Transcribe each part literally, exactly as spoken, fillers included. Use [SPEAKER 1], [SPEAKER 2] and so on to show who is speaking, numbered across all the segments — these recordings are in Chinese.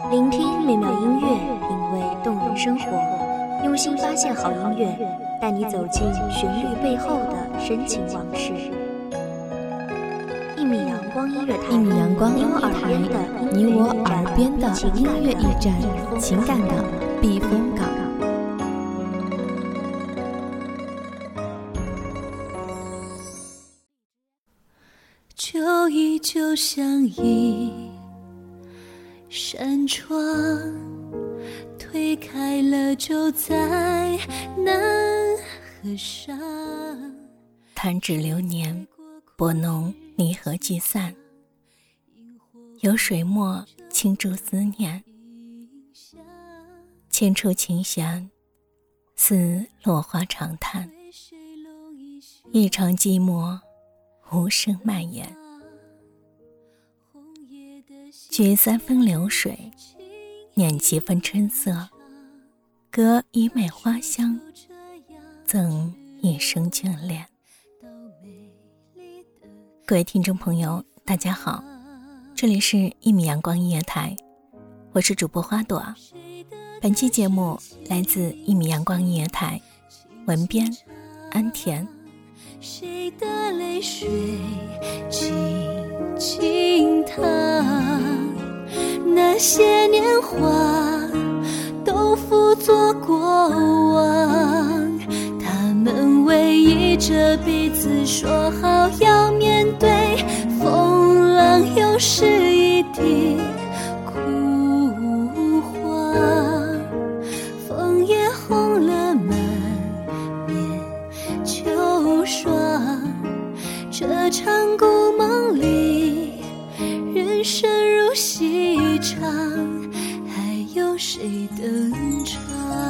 [SPEAKER 1] 聆听美妙音乐，品味动人生活，用心发现好音乐，带你走进旋律背后的深情往事。一米阳光音乐台，
[SPEAKER 2] 一米阳光音乐
[SPEAKER 1] 台，
[SPEAKER 2] 你我耳边的音乐驿站，情感的避风港。
[SPEAKER 3] 旧忆就像一扇窗，推开了就再难合上。
[SPEAKER 4] 弹指流年，拨弄离合聚散，有水墨倾注思念，轻触琴弦，似落花长叹，一场寂寞无声蔓延。举三分流水，捻七分春色，隔一枚花香，赠一生眷恋。各位听众朋友大家好，这里是一米阳光音乐台，我是主播花朵。本期节目来自一米阳光音乐台，文编安田。
[SPEAKER 3] 谁的泪水轻轻淌，那些年华都付作过往，他们偎依着彼此说好要面对风浪，又是一地枯黄，枫叶红了满面秋霜，这场故梦里人生如戏场，还有谁登场？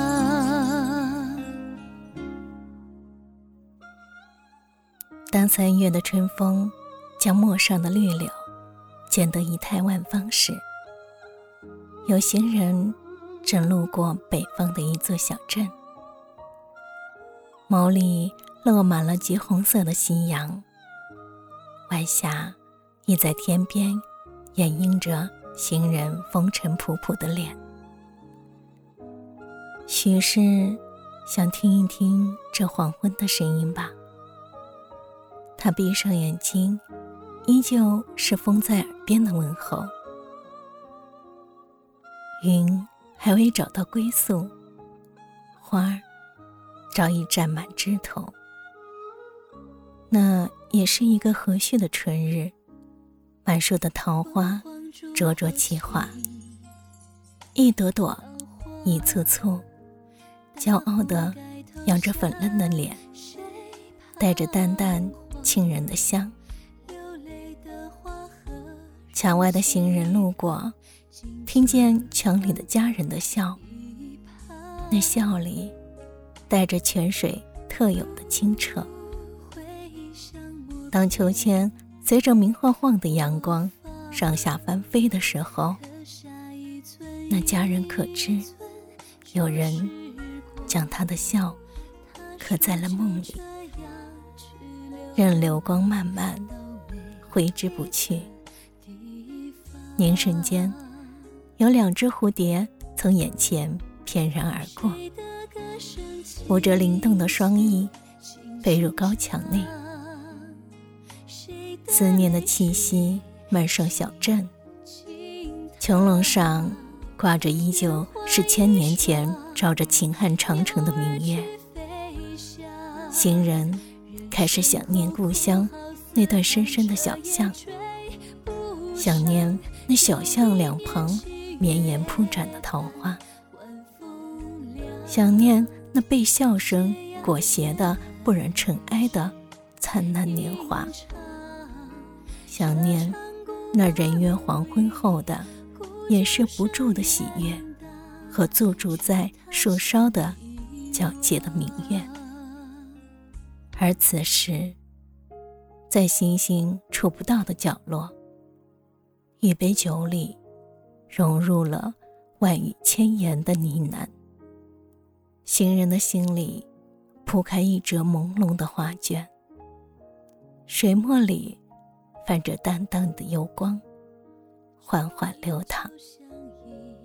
[SPEAKER 4] 当三月的春风将陌上的绿柳剪得仪态万方时，有行人正路过北方的一座小镇，眸里落满了橘红色的夕阳，晚霞亦在天边掩映着行人风尘仆仆的脸。许是想听一听这黄昏的声音吧。他闭上眼睛，依旧是风在耳边的问候。云还未找到归宿，花儿早已占满枝头。那也是一个和煦的春日，满树的桃花灼灼其花，一朵朵一簇簇，骄傲地扬着粉嫩的脸，带着淡淡沁人的香。墙外的行人路过，听见墙里的家人的笑，那笑里带着泉水特有的清澈。当秋千随着明晃晃的阳光上下翻飞的时候，那家人可知有人将他的笑刻在了梦里，任流光漫漫，挥之不去。凝瞬间，有两只蝴蝶从眼前翩然而过，舞着灵动的双翼飞入高墙内。思念的气息漫上小镇，穹隆上挂着依旧是千年前照着秦汉长城的明月。行人开始想念故乡那段深深的小巷，想念那小巷两旁绵延铺展的桃花，想念那被笑声裹挟的不染尘埃的灿烂年华，想念那人约黄昏后的掩饰不住的喜悦和驻驻在树梢的皎洁的明月。而此时，在星星触不到的角落，一杯酒里融入了万语千言的呢喃。行人的心里铺开一折朦胧的画卷，水墨里泛着淡淡的幽光，缓缓流淌。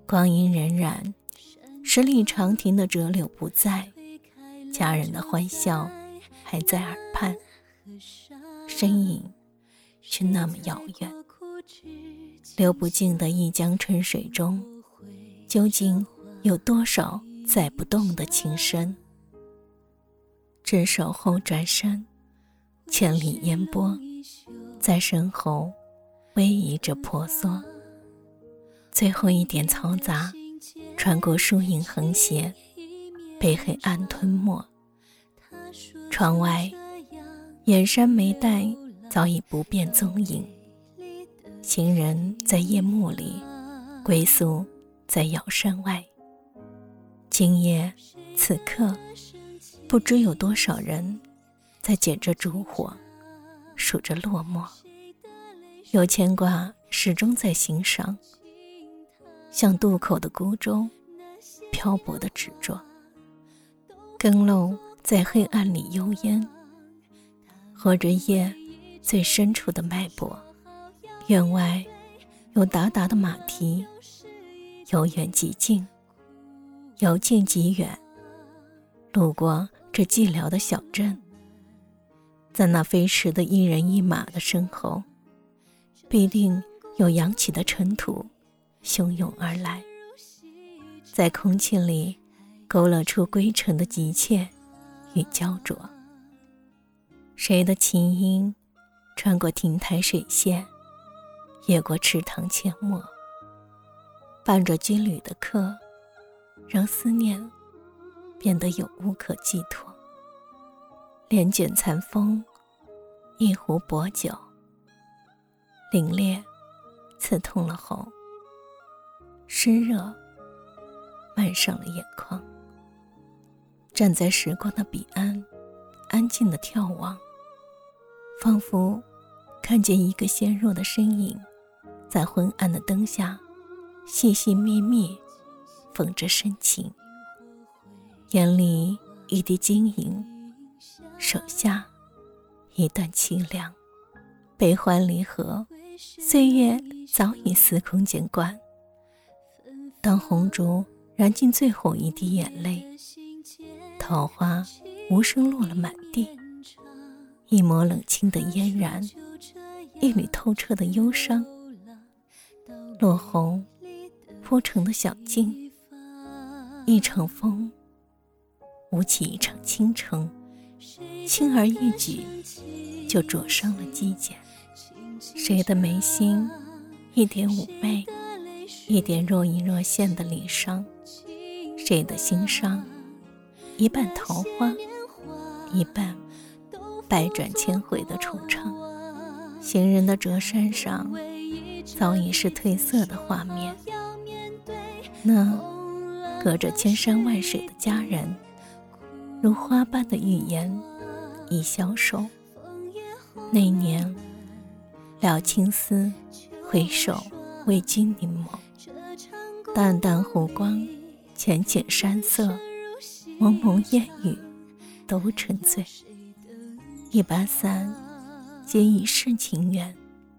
[SPEAKER 4] 光阴荏苒，十里长亭的折柳不在，家人的欢笑还在耳畔，身影却那么遥远。流不尽的一江春水中，究竟有多少载不动的情深？只守后转身，千里烟波在身后逶迤着婆娑。最后一点嘈杂穿过树影横斜，被黑暗吞没。窗外远山眉黛早已不见踪影，行人在夜幕里，归宿在瑶山外。今夜此刻，不知有多少人在捡着烛火，数着落寞。有牵挂始终在心上，像渡口的孤舟，漂泊的执着。更漏在黑暗里幽烟，和着夜最深处的脉搏。院外有达达的马蹄，由远及近，由近及远。路过这寂寥的小镇，在那飞驰的一人一马的身后，必定有扬起的尘土汹涌而来，在空气里勾勒出归程的急切与焦灼。谁的琴音穿过亭台水榭，越过池塘阡陌，伴着羁旅的客，让思念变得有无可寄托。帘卷残风，一壶薄酒，凛冽刺痛了喉，湿热漫上了眼眶。站在时光的彼岸，安静地眺望，仿佛看见一个纤弱的身影，在昏暗的灯下细细密密缝着深情，眼里一滴晶莹，手下一段凄凉。悲欢离合，岁月早已司空见惯。当红烛燃尽最后一滴眼泪，桃花无声落了满地，一抹冷清的嫣然，一缕透彻的忧伤。落红铺成的小径，一场风舞起一场倾城，轻而易举就灼伤了肌茧。谁的眉心一点妩媚，一点若隐若现的离殇？谁的心上一半桃花，一半百转千回的惆怅？行人的折扇上早已是褪色的画面，那隔着千山万水的家人，如花般的语言已消瘦。那年了青丝，回首为君凝眸，淡淡湖光，浅浅山色，蒙蒙烟雨，都沉醉。一把伞，皆已是情缘。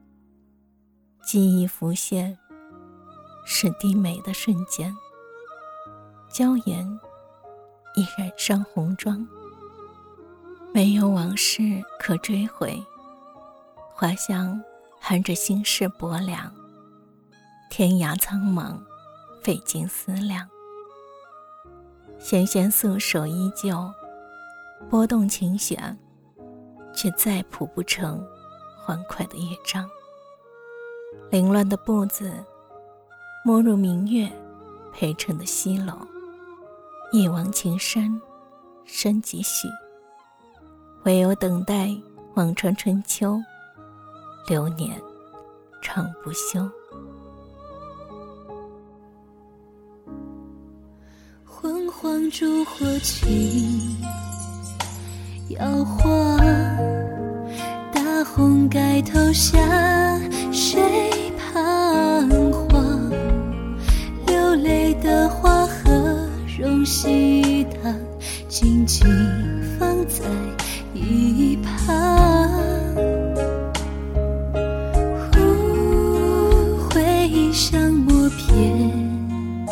[SPEAKER 4] 记忆浮现，是低眉的瞬间，娇颜已染上红妆。没有往事可追回，花香含着心事薄凉。天涯苍茫，费尽思量。弦弦素手依旧，拨动琴弦，却再谱不成欢快的乐章。凌乱的步子，没入明月陪衬的西楼。一往情深，深几许？唯有等待望穿春秋，流年长不休。
[SPEAKER 3] 昏黄烛火情摇晃，大红盖头下谁彷徨？流泪的花和容稀糖，静静放在一旁。忽回忆像默片，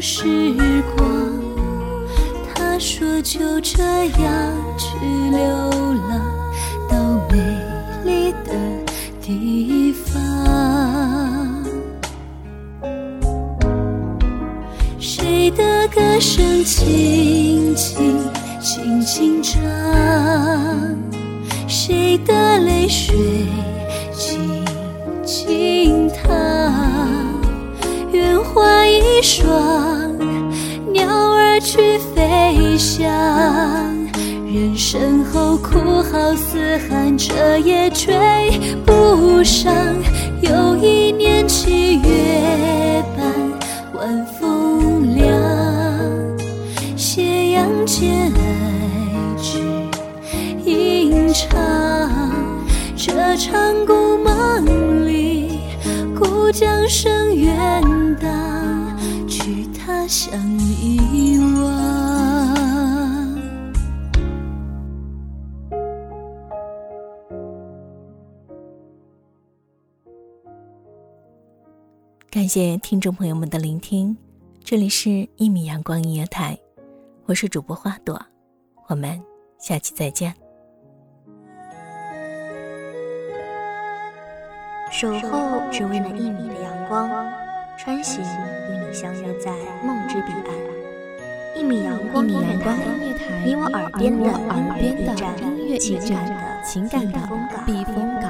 [SPEAKER 3] 时光。他说就这样去流浪到美丽的地方。谁的歌声轻轻轻轻唱，谁的泪水轻轻淌。愿画一双鸟儿去飞翔，人身后哭号嘶喊，这也追不上。有一年七月半，晚风凉，斜阳间爱只吟唱。这场故梦里，故将声远荡，去他乡遗忘。
[SPEAKER 4] 感谢听众朋友们的聆听，这里是一米阳光音乐台，我是主播花朵，我们下期再见。
[SPEAKER 1] 守候只为那一米的阳光，穿行与你相约在梦之彼岸。一米阳光音乐台，你我耳边的音乐驿站，情感的
[SPEAKER 2] 情感的避风港。